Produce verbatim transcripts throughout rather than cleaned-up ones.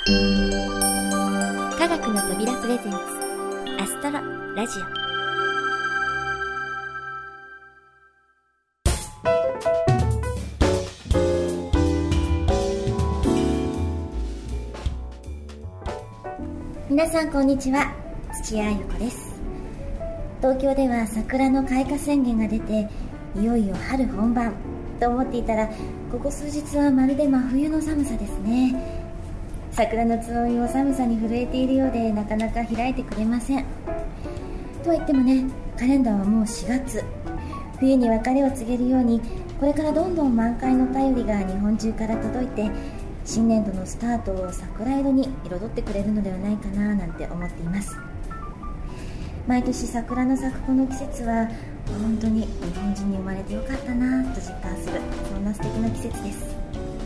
科学の扉プレゼンツアストロラジオ。皆さんこんにちは、土屋ゆ子です。東京では桜の開花宣言が出て、いよいよ春本番と思っていたら、ここ数日はまるで真冬の寒さですね。桜のつぼみも寒さに震えているようで、なかなか開いてくれません。とは言ってもね、カレンダーはもうしがつ、冬に別れを告げるように、これからどんどん満開の便りが日本中から届いて、新年度のスタートを桜色に彩ってくれるのではないかななんて思っています。毎年桜の咲くこの季節は本当に日本人に生まれてよかったなと実感する、そんな素敵な季節です。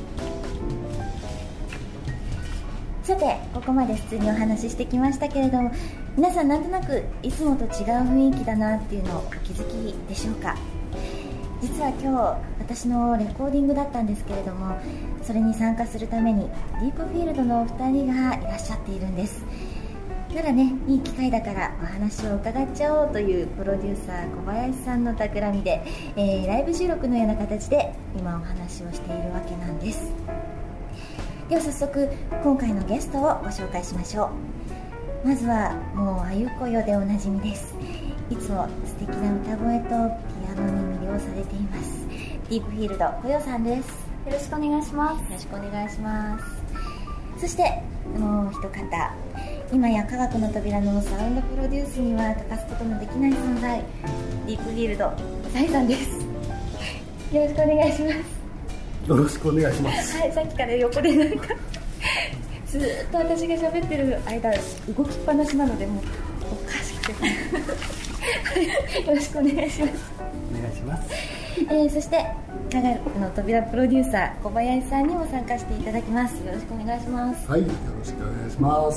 さて、ここまで普通にお話ししてきましたけれども、皆さんなんとなくいつもと違う雰囲気だなっていうのをお気づきでしょうか。実は今日私のレコーディングだったんですけれども、それに参加するためにディープフィールドのお二人がいらっしゃっているんです。ならね、いい機会だからお話を伺っちゃおうというプロデューサー小林さんの企みで、えー、ライブ収録のような形で今お話をしているわけなんです。では早速今回のゲストをご紹介しましょう。まずはもうあゆこよでおなじみです。いつも素敵な歌声とピアノに魅了されています、ディープフィールドこよさんです。 よろしくお願いします。 よろしくお願いします。そしてもう一方、今や科学の扉のサウンドプロデュースには欠かすことのできない存在、ディープフィールドサイさんです。よろしくお願いします。 よろしくお願いします。 はい、さっきから横でなんかずっと私が喋ってる間動きっぱなしなので、もうおかしくてよろしくお願いします。 お願いします。 えー、そして科学の扉プロデューサー小林さんにも参加していただきます。よろしくお願いします。 はい、よろしくお願いします。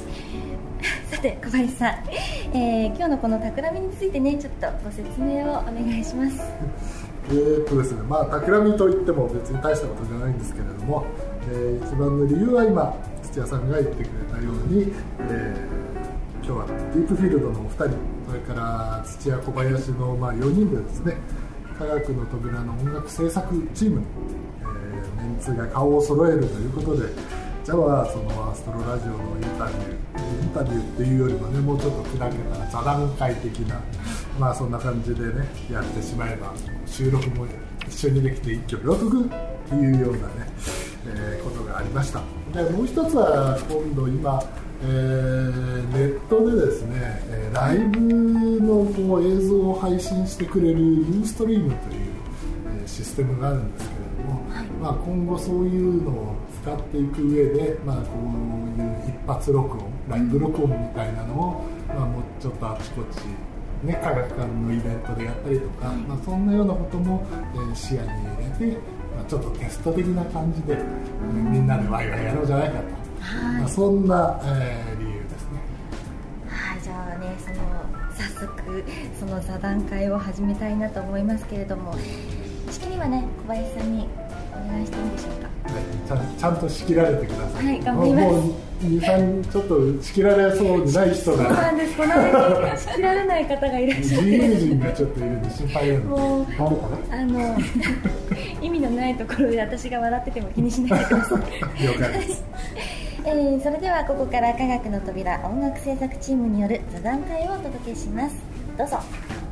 さて小林さん、えー、今日のこの企みについてね、ちょっとご説明をお願いします。 えーっとですね、まあ企みといっても別に大したことじゃないんですけれども、えー、一番の理由は今土屋さんが言ってくれたように、えー、今日はディープフィールドのお二人、それから土屋小林のまあよにんでですね、科学の扉の音楽制作チームに、えー、メンツが顔を揃えるということで、じゃあそのアストロラジオのインタビューインタビューっていうよりもね、もうちょっと砕けた座談会的な、まあそんな感じでねやってしまえば、収録も一緒にできて一挙両得っていうようなね、えー、ことがありました。でもう一つは今度今、えー、ネットでですね、えー、ライブのこう映像を配信してくれるユーストリームという、えー、システムがあるんですけれども、はい、まあ、今後そういうのを使っていく上で、まあ、こういう一発録音、ライブ録音みたいなのを、まあ、もうちょっとあちこち、ね、科学館のイベントでやったりとか、はい、まあ、そんなようなことも、えー、視野に入れて、まあ、ちょっとテスト的な感じで、うん、みんなでワイワイやろうじゃないかと、はい、まあ、そんな、えー、理由ですね。 はい、じゃあね、その早速その座談会を始めたいなと思いますけれども、仕切りはね小林さんにお願いしていいでしょうか。 はい、ちゃん、ちゃんと仕切られてください。 はい、頑張ります。 もうに、さんちょっと仕切られそうにない人が、 そうなんです、この間仕切られない方がいらっしゃって、 自由人がちょっといるんで心配なので、 もうあの意味のないところで私が笑ってても気にしないでください。 了解です。 えー、それではここから科学の扉音楽制作チームによる座談会をお届けします。どうぞ。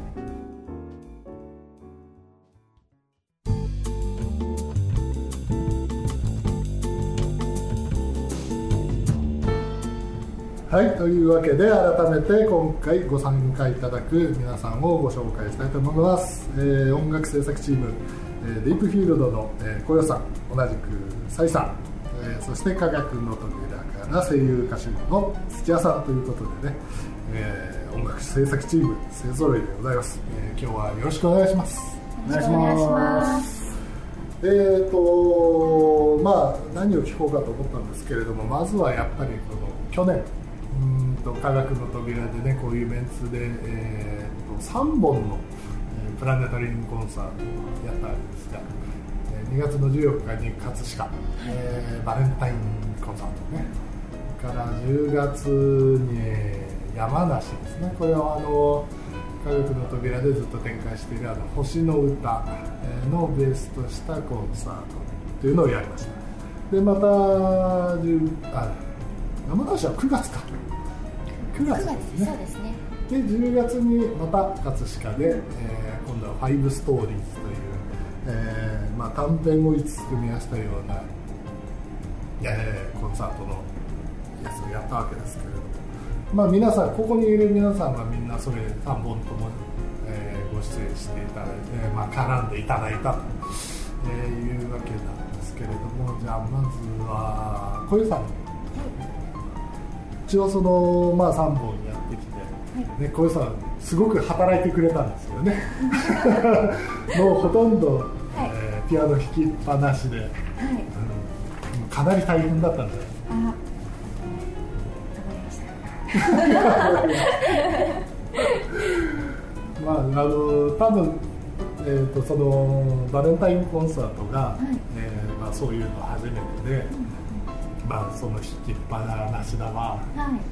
はい、というわけで改めて今回ご参加いただく皆さんをご紹介したいと思います。えー、音楽制作チーム、えー、ディープフィールドの、えー、小夜さん、同じくサイさん、えー、そして科学の扉から声優歌手の土屋さんということでね、えー、音楽制作チーム勢ぞろいでございます。えー、今日はよろしくお願いします。 お願いします。 えーとまあ、何を聞こうかと思ったんですけれども、まずはやっぱりこの去年うんと科学の扉でね、こういうメンツで、えー、とさんぼんの、えー、プラネタリウムコンサートをやったんですが、えー、にがつのじゅうよっかに葛飾、えー、バレンタインコンサートね、 からじゅうがつに山梨ですね、これはあの科学の扉でずっと展開しているあの星の歌のベースとしたコンサートというのをやりました。でまたあ山梨はくがつかくがつですね。 そうですね。 でじゅうがつにまた葛飾で、えー、今度はファイブストーリーズという、えーまあ、短編をいつつ組み合わせたような、えー、コンサートのやつをやったわけですけれども、まあ、皆さんここにいる皆さんはみんなそれさんぼんとも、えー、ご出演していただいて、まあ、絡んでいただいたと、えー、いうわけなんですけれども、じゃあまずは小遊さん、一応その、まあ、さんぼんやってきて、はいね、小遊さんすごく働いてくれたんですよねもうほとんど、はいえー、ピアノ弾きっぱなしで、はいうん、かなり大変だったんじゃないですか。まああの多分、えー、とそのバレンタインコンサートが、はいえーまあ、そういうの初めてで、うんまあ、その弾きっぱなしだわ、はい、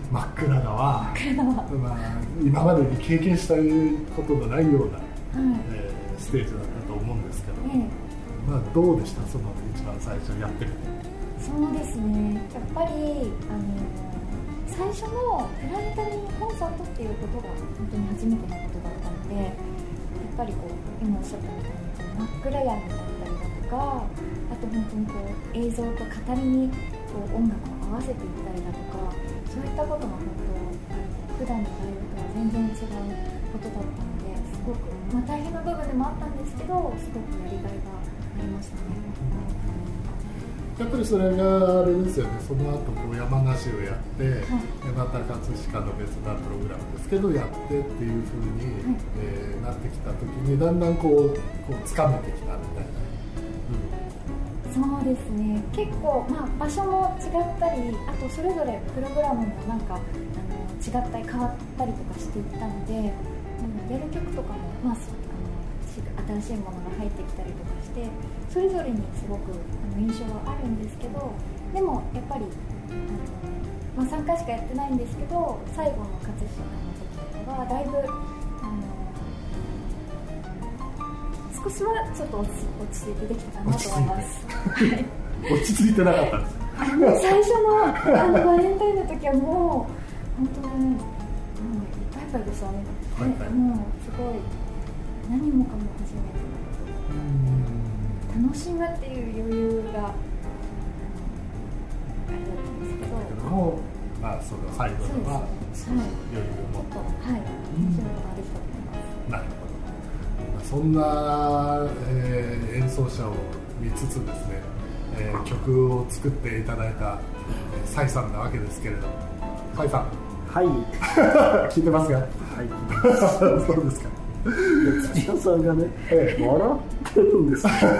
真っ暗だわ、まあ、今までに経験したことのないような、はいえー、ステージだったと思うんですけど、ええまあ、どうでしたその一番最初やってみて。 そうですね、やっぱりあの最初のプラネタリーコンサートっていうことが本当に初めてのことだったので、やっぱりこう今おっしゃったみたいに真っ暗闇だったりだとか、あと本当にこう映像と語りにこう音楽を合わせていったりだとか、そういったことが本当普段のライブとは全然違うことだったので、すごく、まあ、大変な部分でもあったんですけど、すごくやりがいがありましたね。 やっぱりそれがあれですよね、その後こう山梨をやって、はい、また葛飾の別なプログラムですけどやってっていうふうに、はいえー、なってきた時にだんだんこうこう掴めてきたみたいな、うん、そうですね、結構、まあ、場所も違ったり、あとそれぞれプログラムもなんかあの違ったり変わったりとかしていったので、うん、やる曲とかも、まあ新しいものが入ってきたりとかして、それぞれにすごくあの印象はあるんですけど、でもやっぱりあの、まあ、さんかいしかやってないんですけど、最後の葛飾の時はだいぶあの少しはちょっと落ち、落ち着いてできたかなと思います。 落ち着いてなかったんですあの最初 の, あのバレンタインの時はもう本当にもういっぱいいっぱいでしたね。はいはい、もうすごい何もかも初めて楽しむっていう余裕があれだったんですけど、 もう、まあ、その最後のは少し余裕を持って、 はい、面白いのができたと思います。 なるほど。そんな、えー、演奏者を見つつですね、えー、曲を作っていただいたサイさんなわけですけれども、サイさん、 はい聞いてますか？はいそうですか。 土屋さんがね、ええ、笑ってるんです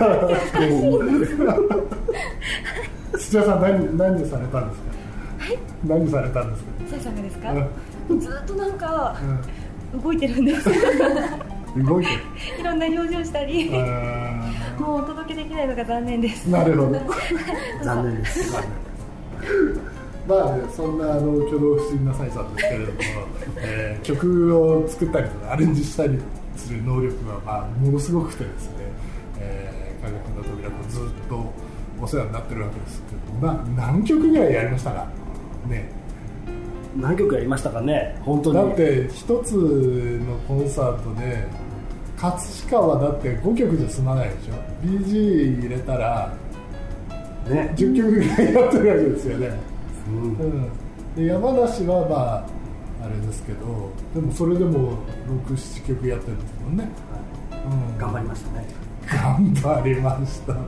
土屋さん 何, 何されたんですか？ はい、 何されたんですか？ サイさんがですか？うん、ずっとなんか、うん、動いてるんです動いてるいろんな表情したりもうお届けできないのが残念です。 なるほど残念ですまあね、そんなあの挙動不審なサイさんですけれども、えー、曲を作ったりとかアレンジしたりする能力は、まあ、ものすごくてですね、えー、科学の扉とずっとお世話になってるわけですけど、まあ、何曲ぐらいやりましたかね。 何曲やりましたかね、本当に。 だって一つのコンサートで葛飾はだってごきょくじゃ済まないでしょ。 ビージー 入れたら、ね、じゅっきょくぐらいやってるわけですよね。うんうん、で山梨はまああれですけど、でもそれでもろく、ななきょくやってるんですもんね、 はいうん、頑張りましたね。 頑張りましたね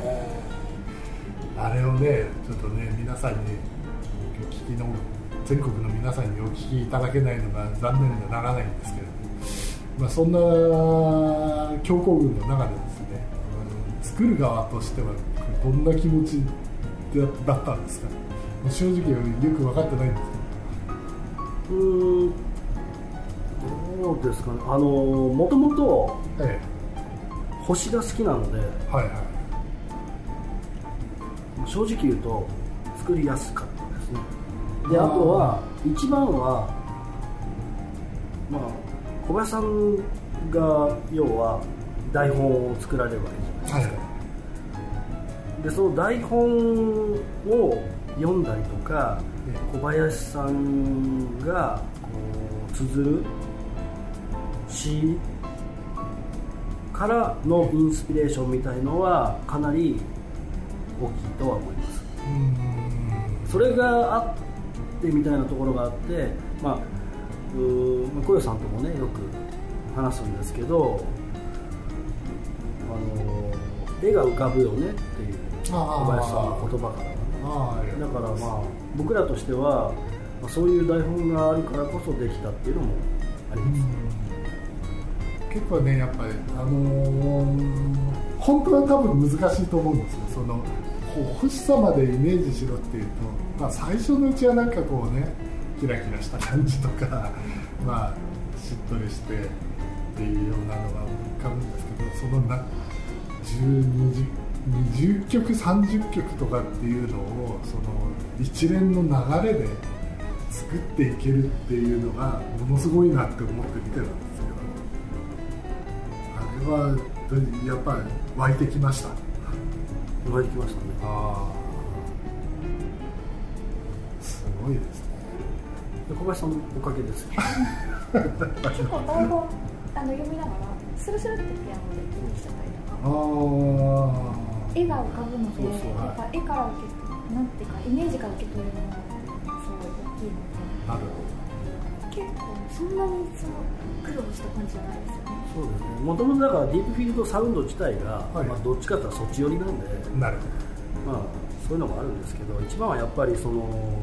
あれをね、ちょっとね、皆さんに聞きの全国の皆さんにお聞きいただけないのが残念でならないんですけれども、まあ、そんな強行軍の中でですね、うん、作る側としてはどんな気持ちだったんですか？正直よく分かってないんですけど。うーん、どうですかね、あのもともと星が好きなので、はいはい、正直言うと作りやすかったですね。 であとは一番は、まあ、小林さんが要は台本を作られるわけじゃないですか、はい、でその台本を読んだりとか、小林さんがこう綴る詩からのインスピレーションみたいのはかなり大きいとは思います。うん、それがあってみたいなところがあって、まあ、うー小夜さんともねよく話すんですけど、あの絵が浮かぶよねっていう小林さんの言葉からはね。だからまあ僕らとしてはそういう台本があるからこそできたっていうのもあります。 結構ねやっぱりあのー、本当は多分難しいと思うんですよ。その欲しさまでイメージしろっていうと、まあ、最初のうちはなんかこうねキラキラした感じとかまあしっとりしてっていうようなのが浮かぶんですけど、そのなじゅうにじにじゅっきょくさんじゅっきょくとかっていうのをその一連の流れで作っていけるっていうのがものすごいなって思って見てたんですけど、あれはやっぱり湧いてきました。 湧いてきましたね。ああ、すごいですね。 小林さんのおかげですね。 結構台本あの読みながらスルスルってピアノで聞いてきちゃったりとか。 ああ。 絵が浮かぶので、そうそう、やっぱ絵から受け取る、なんていうかイメージから受け取るものがすごい大きいので、なるほど。結構そんなにその苦労した感じじゃないですよね。 そうですね。もともとだからディープフィールドサウンド自体が、はい、まあどっちかというとそっち寄りなんで、 なるほど。 まあそういうのもあるんですけど、一番はやっぱりその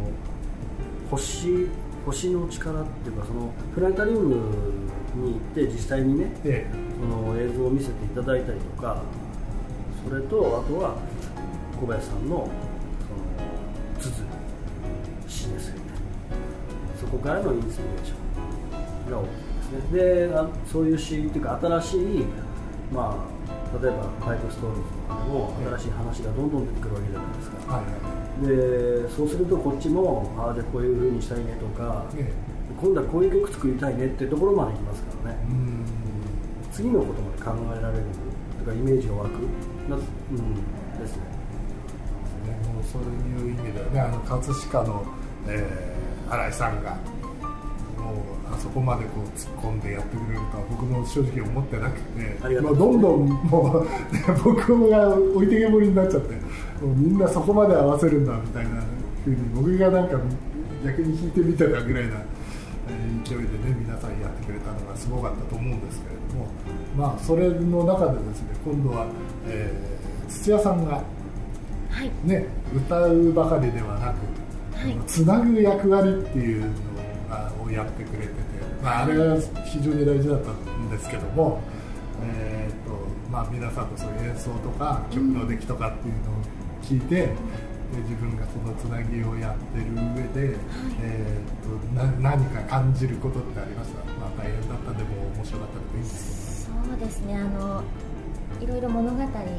星星の力っていうかそのプラネタリウムに行って実際にね、ええ、その映像を見せていただいたりとか。それとあとは小林さんのその綴る詩ですよね。そこからのインスピレーションが大きいですね。であそういう詩っていうか新しい、まあ、例えばファイブストーリーズとかでも新しい話がどんどん出てくるわけじゃないですか、はいはい、でそうするとこっちもああじゃあこういう風にしたいねとか、ね、今度はこういう曲作りたいねっていうところまでいきますからね。うん次のことまで考えられるとかイメージが湧くな、うん、ですね。 もうそういう意味ではね、あの葛飾の、えー、新井さんがもうあそこまでこう突っ込んでやってくれるとは僕も正直思ってなくて、もうどんどんもう僕が置いてけぼりになっちゃって、もうみんなそこまで合わせるんだみたいな風に僕がなんか逆に弾いてみたらぐらいな勢いでね皆さんやってくれたのがすごかったと思うんですけれども、まあそれの中でですね今度は、えー、土屋さんが、はいね、歌うばかりではなく、はい、つなぐ役割っていうのをやってくれてて、まあ、あれが非常に大事だったんですけども、えーとまあ、皆さんのそういう演奏とか曲の出来とかっていうのを聞いて、うん、自分がそのつなぎをやってる上で、はいえー、とな何か感じることってありました？まあ、大変だったでも面白かったでもいいんですけど。 そうですね、あのいろいろ物語を、はい、あ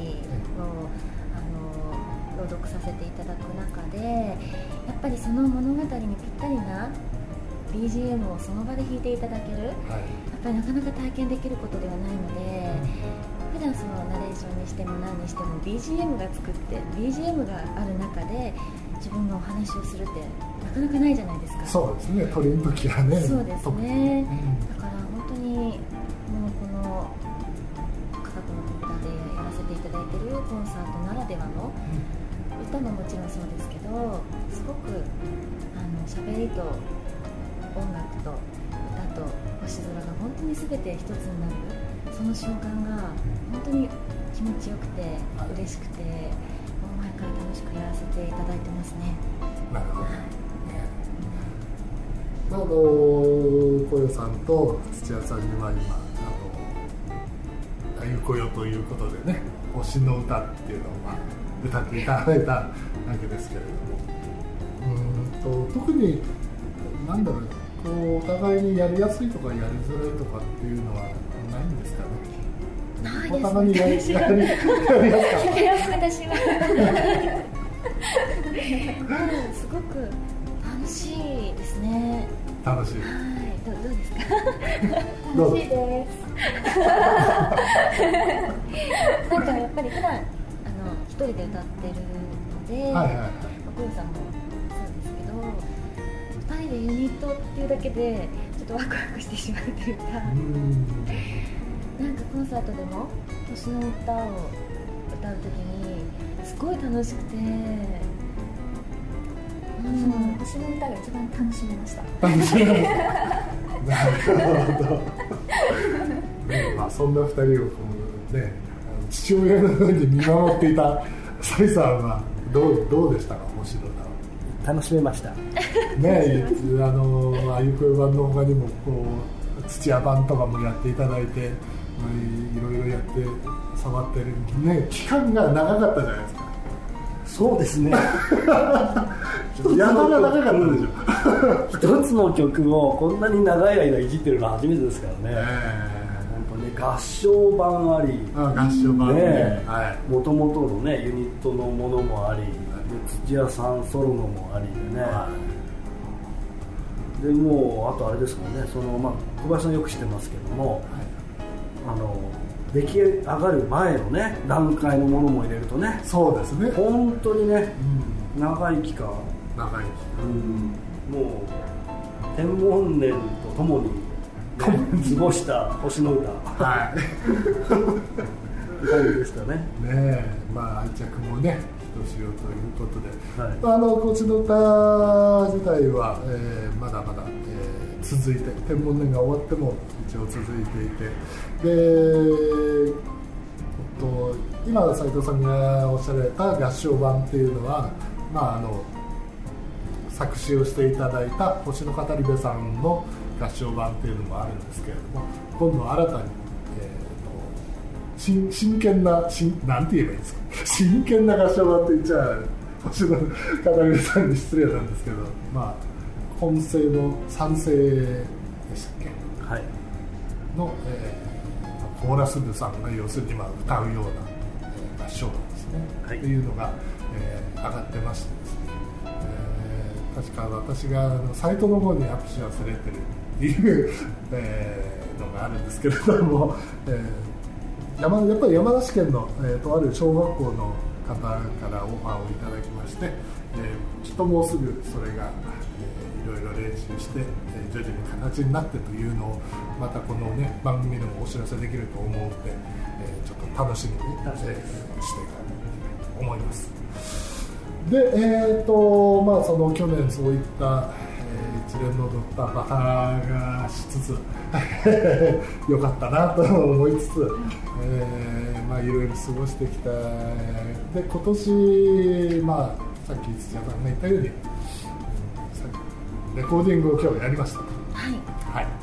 の朗読させていただく中でやっぱりその物語にぴったりな ビージーエム をその場で弾いていただける、はい、やっぱりなかなか体験できることではないので、うん、普段そのナレーションにしても何にしても ビージーエム が作って ビージーエム がある中で自分がお話をするってなかなかないじゃないですか。 そうですね、鳥の時はね。 そうですね、うん、だから本当にもうこの科学のコブラでやらせていただいているコンサートならではの、うん、歌ももちろんそうですけどすごくあの喋りと音楽と歌と星空が本当に全て一つになるその瞬間が本当に気持ちよくて嬉しくて、もう前から楽しくやらせていただいてますね。 なるほど、はいあの小夜さんと土屋さんには今あの「ゆこよ」ということでね星の歌っていうのを、まあ、歌っていただいたわけですけれども、うんと特に何だろうこうお互いにやりやすいとかやりづらいとかっていうのはないんですかね。 ないですね。 お互いにやりやりやりやすか。 やりやすく私はすごく楽しいですね。 楽しい。 はい、ど, どうですか？ 楽しいです。 なんかやっぱり普段あの一人で歌ってるので、はいはい、小夜さんもそうですけど、ふたりでユニットっていうだけでちょっとワクワクしてしまうというか、うんなんかコンサートでも星の歌を歌うときにすごい楽しくて、 うん、星の歌が一番楽しめました。 楽しめました。なるほど。ね、まあそんなふたりをこうね、父親のように見守っていたサイさんはどうどうでしたか、星の歌は。 楽しめました。 ね、あのあゆこよ版の他にもこう土屋版とかもやっていただいて、いろいろやって触ってるね、期間が長かったじゃないですか。 そうですね。 やたら長かったでしょ。 一つの曲をこんなに長い間いじってるのは初めてですからね。本当に合唱版あり、 あ合唱版ね、もともとのねユニットのものもあり、土屋さんソロのもありでね。はい、でもうあとあれですもんね、そのまあ小林さんよく知ってますけども、はい、あの出来上がる前のね段階のものも入れるとね、 そうですね。 本当にね、うん、長い期間、 長い期間、 うん、もう天文年とともに、ね、過ごした星の歌、はい、感じでしたね。 ねえ、まあ愛着もね。どうしようということで、はい、あの星の歌自体は、えー、まだまだ、えー、続いて、天文年が終わっても一応続いていて、で、えっと、今斉藤さんがおっしゃられた合唱版っていうのは、まあ、あの作詞をしていただいた星の語り部さんの合唱版っていうのもあるんですけれども、今度新たに真, 真剣な真なんて言えばいいですか、真剣な合唱版って言っちゃ星の語り部さんに失礼なんですけど、まあ本声の三声でしたっけ、はい、の、えー、コーラス部さんが要するにまあ歌うような、えー、合唱団ですね、はい、っていうのが、えー、上がってましてですね、えー、確か私があのサイトの方にアップし忘れてるっていう、えー、のがあるんですけれども、えー山やっぱり山梨県の、えー、とある小学校の方からオファーをいただきまして、えー、きっともうすぐそれが、えー、いろいろ練習して、えー、徐々に形になってというのをまたこの、ね、番組でもお知らせできると思うので、えー、ちょっと楽しみに、えー、していかないと思います。で、えーとまあ、その去年そういった一連のドッタバカがしつつよかったなと思いつつ、えーまあ、いろいろ過ごしてきた。で今年、まあ、さっき土屋さんが言ったように、うん、レコーディングを今日やりました。はい、はい、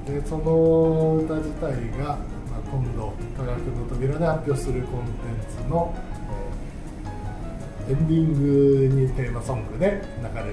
でその歌自体が、まあ、今度科学の扉で発表するコンテンツの、えー、エンディングにテーマソングで流れる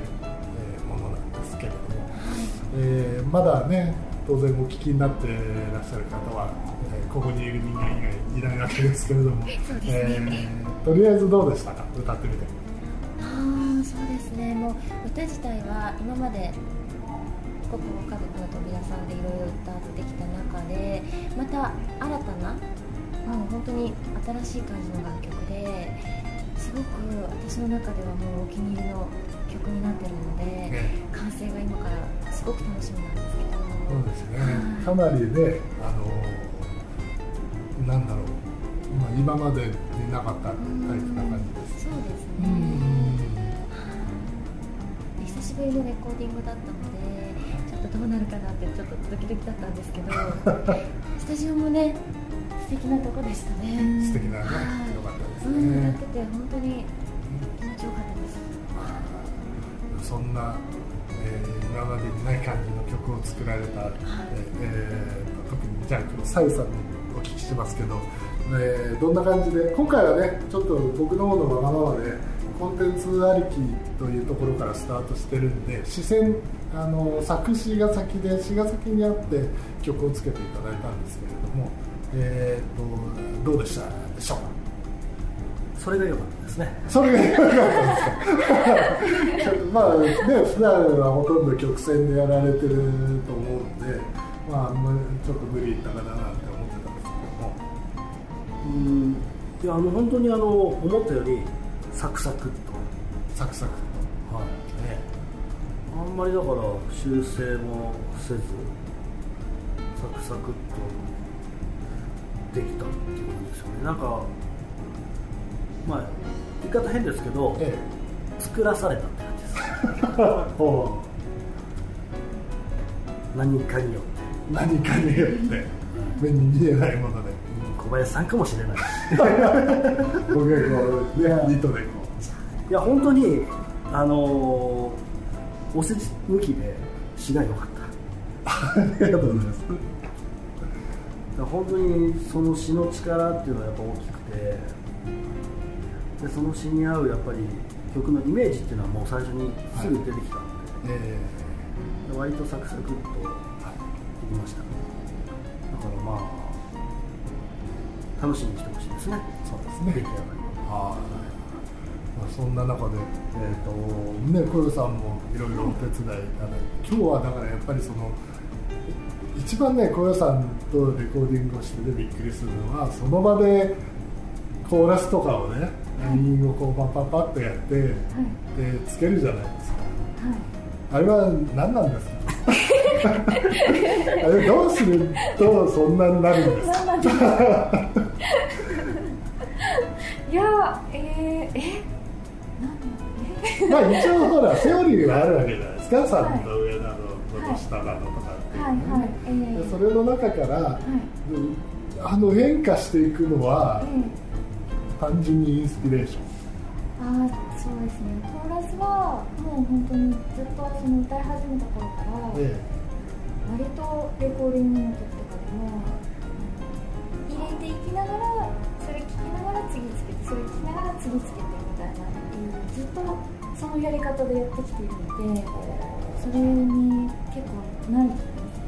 えー、まだね当然お聞きになっていらっしゃる方は、えー、ここにいる人間以外いないわけですけれども、えー、とりあえずどうでしたか、歌ってみて。 あそうですね、もう歌自体は今までここ家族の扉さんでいろいろ歌ってきた中でまた新たな、もう本当に新しい感じの楽曲ですごく私の中ではもうお気に入りの曲になってるので、ね、完成が今からすごく楽しみなんですけど。 そうですね、かなりね、あのなんだろう、今, 今までになかったタイプな感じです。 そうですね、うん久しぶりのレコーディングだったのでちょっとどうなるかなってちょっとドキドキだったんですけどスタジオもね素敵なとこでしたね。 素敵なね、良かったですね、 うん、歌ってて本当に気持ちよかったです。 そんな、えー、今までにない感じの曲を作られた、はいえー、特にじゃあ今日さゆさんにお聞きしてますけど、えー、どんな感じで今回はねちょっと僕の方のわがままでコンテンツありきというところからスタートしてるんで、視線あの作詞が先で詞が先にあって曲をつけていただいたんですけれども、えー、とどうでしたでしょうか。 それが良かったですね。 それが良かったですか。まあね、普段はほとんど曲線でやられてると思うんで、まあ、あんまりちょっと無理いったかななんて思ってたんですけども。 うん、いや、あの本当にあの思ったよりサクサクっとサクサクと、 はいね、あんまりだから修正もせずサクサクっとできたっていう感じですよね。なんかまあ言い方変ですけど、ええ、作らされたって感じです何かによって何かによって目に見えないもので、 小林さんかもしれない僕がこうね、糸でこう、いや本当にあのー、お世辞抜きで詩が良かったありがとうございます。 本当にその詩の力っていうのはやっぱ大きくて、でその詩に合うやっぱり曲のイメージっていうのはもう最初にすぐ出てきたので、はい、えー、割とサクサクっとできました。だからまあ楽しみにしてほしいですね。 そうですね。 出来上がり。 あ、まあ、そんな中で、えーとね、小夜さんもいろいろお手伝いいただいて、今日はだからやっぱりその一番ね、小夜さんとレコーディングをしてびっくりするのは、その場でコーラスとかをね、ラインをこうパッパッパッとやって、はい、でつけるじゃないですか、はい、あれは何なんですかあれどうするとそんなになるんですかいや、えー、えまあ一応ほらセオリーがあるわけじゃないですか、さんの上なの、この下なのとかっていうね、はいはい、えー、それの中から、はい、あの変化していくのは、えー単純にインスピレーション。 あ、そうですね。コーラスはもう本当にずっとその歌い始めた頃から、ええ、割とレコーディングの時とかでも入れていきながらそれ聴きながら次つけて、それ聴きながら次つけてみたいな、ずっとそのやり方でやってきているので、それに結構慣れて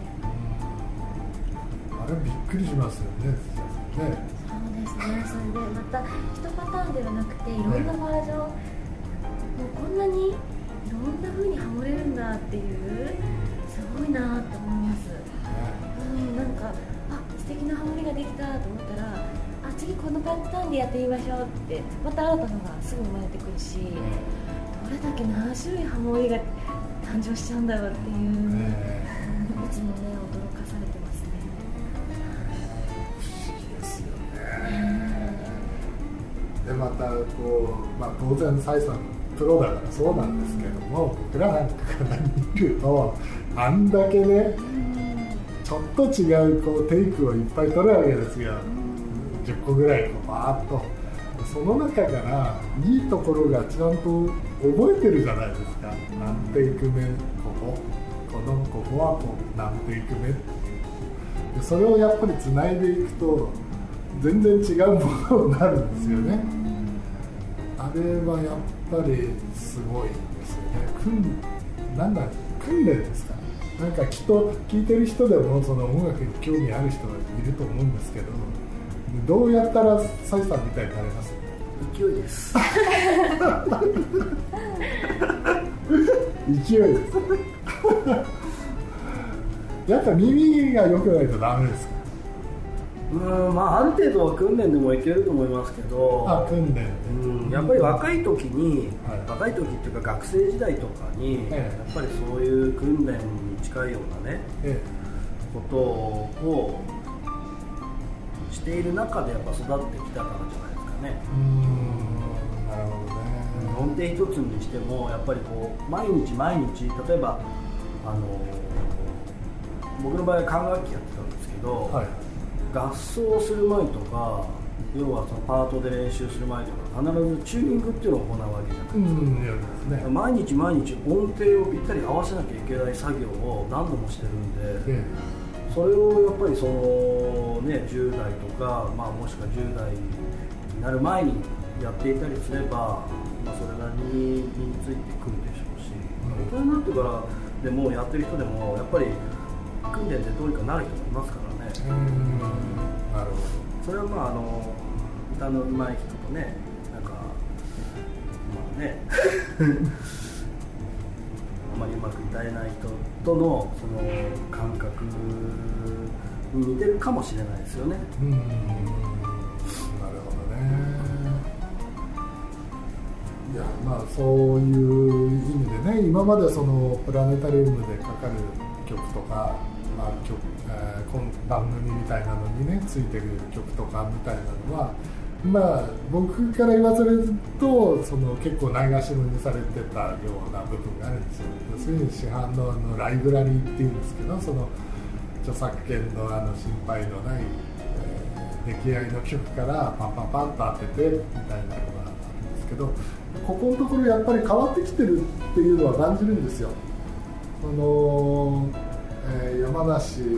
ますね。 あれびっくりしますよね。ね、 それでまた一パターンではなくていろんなバージョン、もうこんなにいろんな風にハモれるんだっていう、すごいなと思います、うん、なんかあ素敵なハモリができたと思ったら、あ次このパターンでやってみましょうってまた新たなのがすぐ生まれてくるし、どれだけ何種類ハモリが誕生しちゃうんだろうっていう、いつもね驚かされてますね。 でまたこう、まあ、当然サイさんプロだからそうなんですけども、僕らなんかから見るとあんだけねちょっと違うこうテイクをいっぱい取るわけですよ。じゅっこぐらいこうバーッと、その中からいいところがちゃんと覚えてるじゃないですか。何テイク目ここ、このここはこう何テイク目、でそれをやっぱりつないでいくと全然違うものになるんですよね。あれはやっぱりすごいですよね。訓なんだ訓練ですか。なんかきっと聞いてる人でもその音楽に興味ある人がいると思うんですけど、どうやったらサイさんみたいになれます？ 勢いです。 勢いです。やっぱ耳が良くないとダメですか？ うん、まあ、ある程度は訓練でもいけると思いますけど、 あ、訓練、 うん、やっぱり若い時に、はい、若い時っていうか学生時代とかに、ええ、やっぱりそういう訓練に近いようなね、ええ、ことをしている中でやっぱ育ってきたからじゃないですかね。 うーん、なるほどね。 音程一つにしてもやっぱりこう毎日毎日、例えばあの僕の場合は管楽器やってたんですけど、はい、合奏する前とか、要はそのパートで練習する前とか必ずチューニングっていうのを行うわけじゃないですか。うん、いやですね、毎日毎日音程をぴったり合わせなきゃいけない作業を何度もしてるんで、ええ、それをやっぱりその、ね、じゅう代とか、まあ、もしくはじゅう代になる前にやっていたりすれば、まあ、それなりに身についてくるでしょうし、大人になってからでもやってる人でもやっぱり訓練でどうにかなる人もいますからね。うん、 なるほど。 それはまああの歌の上手い人とね、なんかねあまりうまく歌えない人とのその感覚に似てるかもしれないですよね。 うん、なるほどね。いや、まあそういう意味でね、今までそのプラネタリウムでかかる曲とか、まあ曲えー、この番組みたいなのにねついてる曲とかみたいなのは、まあ僕から言わせるとその結構ないがしろにされてたような部分があるんですよ。要するに市販のあのライブラリーっていうんですけど、その著作権のあの心配のない、えー、出来合いの曲からパンパンパンと当ててみたいなのがあるんですけど、ここのところやっぱり変わってきてるっていうのは感じるんですよ。その、えー、山梨でも、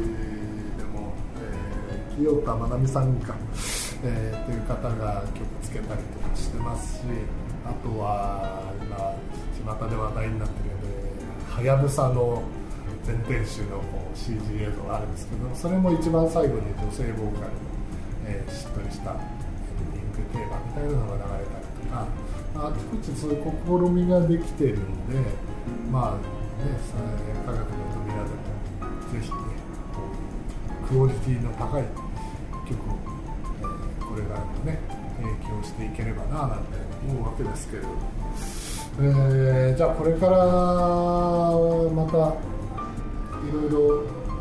えー、清田真奈美さんか、えー、という方が曲つけたりとかしてますし、あとは今巷で話題になってるのではやぶさの全編集のこう シージー 映像があるんですけど、それも一番最後に女性ボーカルの、えー、しっとりしたエンディングテーマみたいなのが流れたりとか、あちこちそういう試みができてるんで、まあね、科学の扉でもぜひねこうクオリティの高い曲を、えー、これからもね提供していければななんて思うわけですけれども、えー、じゃあこれからまたいろいろ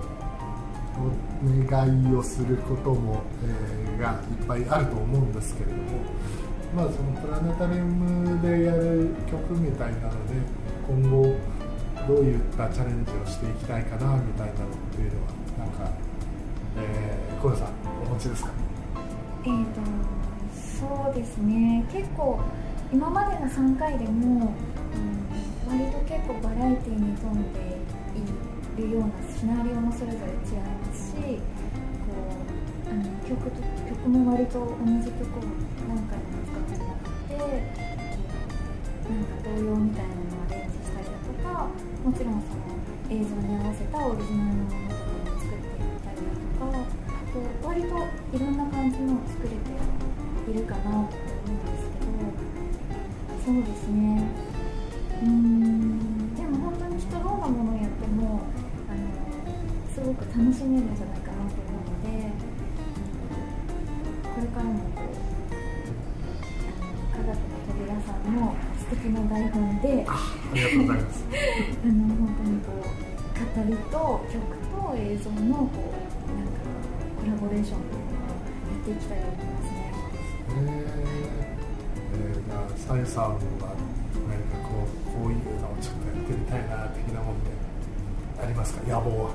お願いをすることも、えー、がいっぱいあると思うんですけれども、まあ、そのプラネタリウムでやる曲みたいなので今後どういったチャレンジをしていきたいかなみたいなのっていうのはなんか、えー、小田さんお持ちですか？ えーとそうですね、結構今までのさんかいでも、うん、割と結構バラエティーに富んでいるようなシナリオもそれぞれ違いますし、こうあの曲と曲も割と同じ曲を何回も使うんじゃなくて、なんか童謡みたいなのをアレンジしたりだとか、もちろんその映像に合わせたオリジナルのものとかも作っていったりだとか、こう割といろんな感じのを作れているかなと思うんですけど、そうですね、うーんでも本当にきっとどんなものをやってもあのすごく楽しめるんじゃないかなと思うので、これからもこう科学の扉さんの素敵な台本であ, ありがとうございますあの本当にこう語りと曲と映像のこうなんかコラボレーションというのをやっていきたいと思いますね。 えーえー、じゃあさゆさんは何かこうこういうのをちょっとやってみたいな的なものでありますか？野望は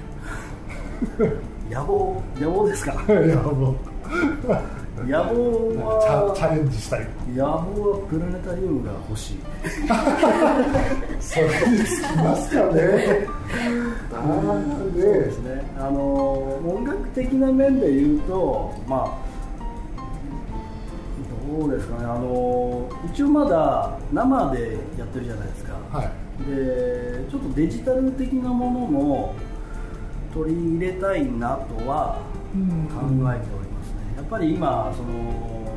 野望野望ですか？ 野望野望はチャレンジしたい。 野望はプラネタリウムが欲しいそれにつきますかねそうですね、あの音楽的な面で言うと、まあどうですかね、あの一応まだ生でやってるじゃないですか、 はい、 でちょっとデジタル的なものも取り入れたいなとは考えておりますね。やっぱり今その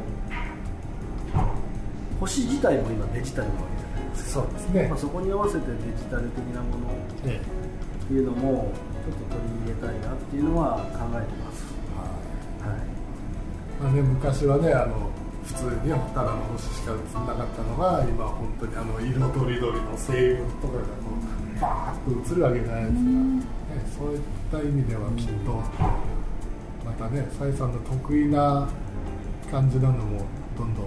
星自体も今デジタルなわけじゃないですか。 そうですね、 まあ、そこに合わせてデジタル的なものっていうのもちょっと取り入れたいなっていうのは考えてます。はい、 まあね、昔はねあの普通にただの星しか映んなかったのが今本当にあの色とりどりの星雲とかがこうバーッと映るわけじゃないですか、ね、そういった意味ではきっとまたねさゆさんの得意な感じなのもどんどん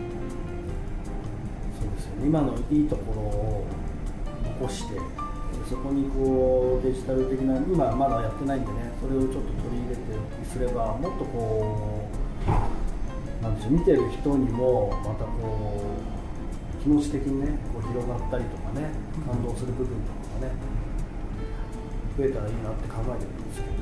そうですよね、今のいいところを残してそこにこうデジタル的な今まだやってないんでね、それをちょっと取り入れてすればもっとこうなんでしょう、見てる人にもまたこう気持ち的にねこう広がったりとかね、感動する部分とかがね増えたらいいなって考えてるんですけど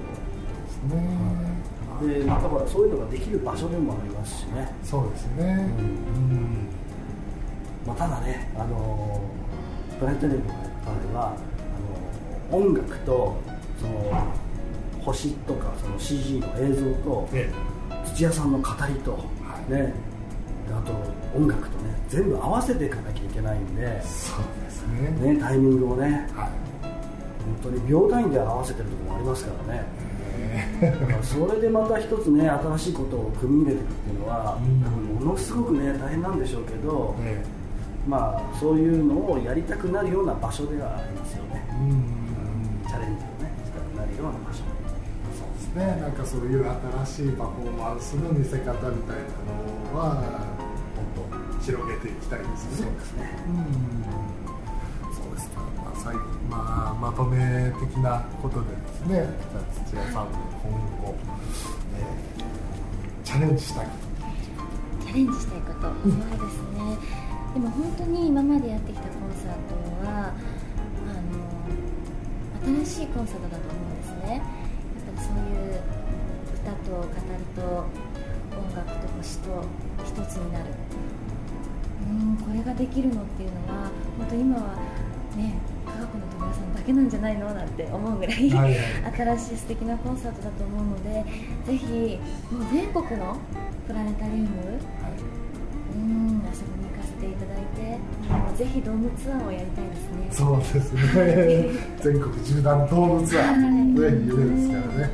ですね、でまたほらそういうのができる場所でもありますしね。 そうですね、うんうんまあ、ただね、あのプラネタリウムの場合はあの音楽とその星とかその シージー の映像と、ね、土屋さんの語りと、はいね、 あと音楽とね全部合わせていかなきゃいけないんで、 そうですね、 ね、タイミングをね、 はい、 本当に秒単位で合わせてるところもありますからね、だからそれでまた一つね新しいことを組み入れていくっていうのは、うん、多分ものすごくね大変なんでしょうけど、ね、まあそういうのをやりたくなるような場所ではありますよね、うん、チャレンジをねしたくなるような場所。 そうですね、なんかそういう新しいパフォーマンスの見せ方みたいなのはもっと広げていきたいですね。そうですね、うん、そうですか。まあ、最後、まあ、まとめ的なことでですね、じゃあ土屋さん今後、えー、チャレンジしたいことチャレンジしたいこと、うん、そうですね。でも本当に今までやってきたコンサートはあの新しいコンサートだと思うんですね。そういう歌と語りと音楽と星と一つになる、うーんこれができるのっていうのは本当今はね科学の友達さんだけなんじゃないのなんて思うぐらい、はい、新しい素敵なコンサートだと思うので、ぜひもう全国のプラネタリウム、はい、うーんあそこに行かせていただいて、もうぜひドームツアーをやりたいですね。 そうですね全国縦断ドームツアー、はい、ね、夢ですからね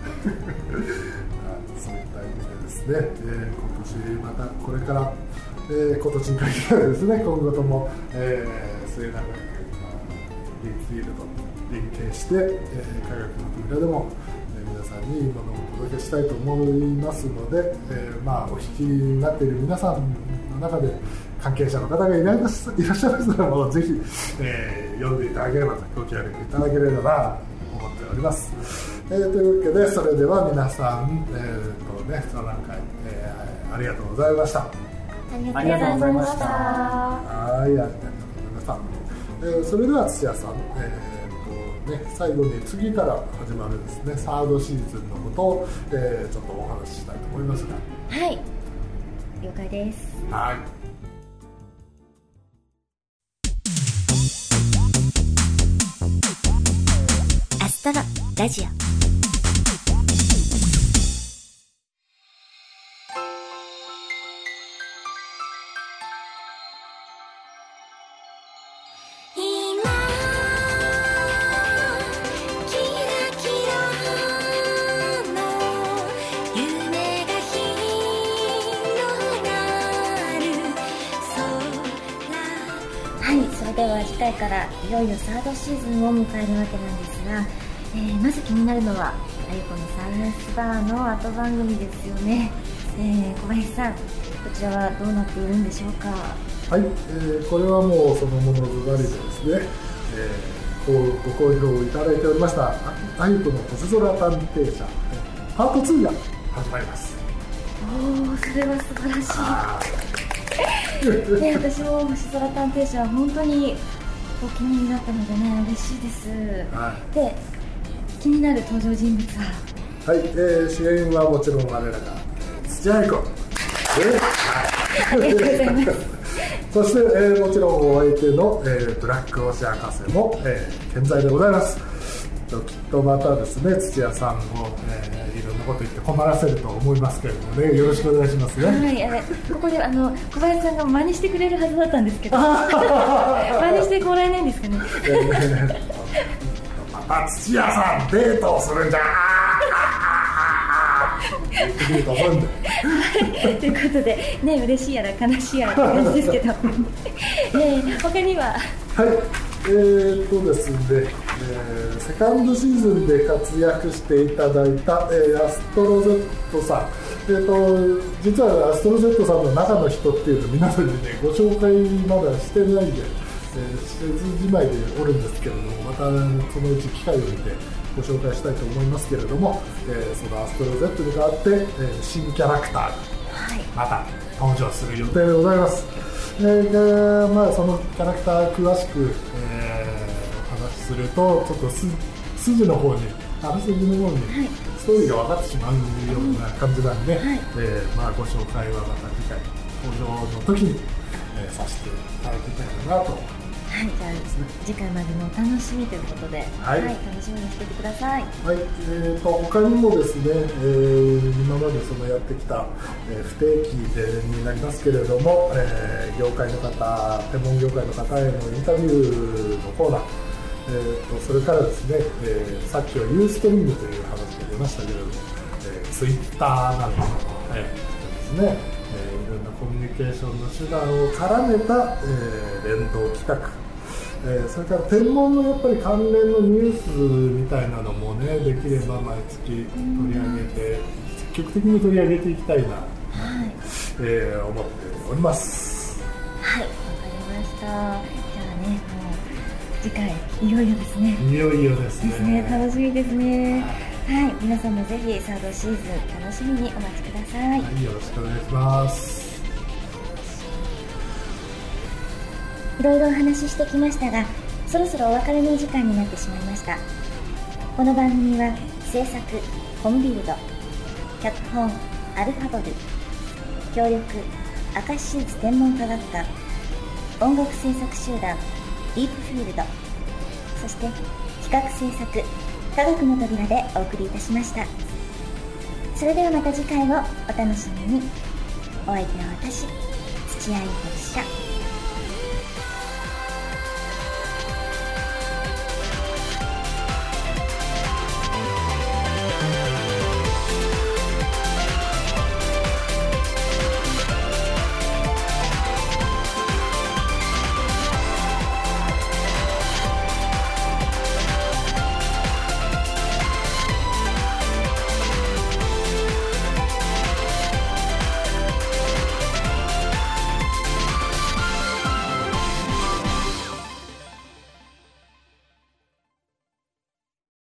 そういった意味でですね、えー、今年またこれから、えー、今年に限らずですね、今後とも、えー、末永くディープフィールド連携して、えー、科学の扉でも、えー、皆さんにいいものをお届けしたいと思いますので、えー、まあお聞きになっている皆さんの中で関係者の方がいらっしゃいましたら、もうぜひ、えー、読んでいただければ、ご協力いただければなと思っております。えー、というわけで、それでは皆さん、えーとね、座談会、えー、ありがとうございました。 ありがとうございました。 はい、ありがとうございました。えー、それでは土屋さん、えーとね、最後に次から始まるですね、サードシーズンのことを、えー、ちょっとお話ししたいと思いますが。 はい、了解です。 はい。 アストロラジオ。では次回からいよいよサードシーズンを迎えるわけなんですが、えー、まず気になるのはあゆこのサイエンスバーの後番組ですよね。えー、小林さん、こちらはどうなっているんでしょうか。 はい、えー、これはもうそのものずばりでですね、えー、ご好評いただいておりましたあゆこの星空探偵社パートツーが始まります。 おお、それは素晴らしい。で、私も星空探偵社は本当にお気に入りだったのでね、嬉しいです、はい、で、気になる登場人物ははい、えー、主演はもちろん我らが土屋愛子、 ありがとうございますそして、えー、もちろんお相手の、えー、ブラックオシアン博士も、えー、健在でございます。きっとまたですね、土屋さんを、えー、いろんなこと言って困らせると思いますけれどもね、よろしくお願いしますね。 はい、あれここであの小林さんが真似してくれるはずだったんですけど真似してもらえないんですかねまた土屋さんデートをするんじゃ言ってくると思うんだはい、ということでね、嬉しいやら悲しいやらって感じですけど、えー、他にははい、えー、っとですね、えー、セカンドシーズンで活躍していただいた、えー、アストロ Z さん、えー、と実はアストロ Z さんの中の人っていうのを皆さんにねご紹介まだしてないんで、えー、施設じまいでおるんですけれども、またそのうち機会を見てご紹介したいと思いますけれども、えー、そのアストロ Z に代わって、えー、新キャラクターがまた登場する予定でございます。えーでまあ、そのキャラクター詳しく、えー、お話しするとちょっとす筋の方にあらすじの方にストーリーが分かってしまうような感じなんで、はい、えーまあ、ご紹介はまた次回登場の時に、えー、させていただきたいなとはい、じゃあ次回までのお楽しみということで、 はい、 はい、楽しみにしててください。 はい、えーと他にもですね、えー、今までそのやってきた、えー、不定期でになりますけれども、えー、業界の方、天文業界の方へのインタビューのコーナー、えー、とそれからですね、えー、さっきはユーストリームという話が出ましたけれども、えー、ツイッターなんかも、えー、ですね、えー、いろんなコミュニケーションの手段を絡めた、えー、連動企画、えー、それから天文のやっぱり関連のニュースみたいなのもね、できれば毎月取り上げて積極的に取り上げていきたいな、はい、えー、思っております。 はい、わかりました。じゃあね、もう次回いよいよですね。 いよいよですね。 ですね、楽しみですね。はい、皆さんもぜひサードシーズン楽しみにお待ちください。 はい、よろしくお願いします。 いろいろお話ししてきましたが、そろそろお別れの時間になってしまいました。この番組は制作コムビルド、脚本アルファボル、協力明石市立天文科学館、音楽制作集団ディープフィールド、そして企画制作科学の扉でお送りいたしました。それではまた次回をお楽しみに。お相手は私、土屋ゆか記者。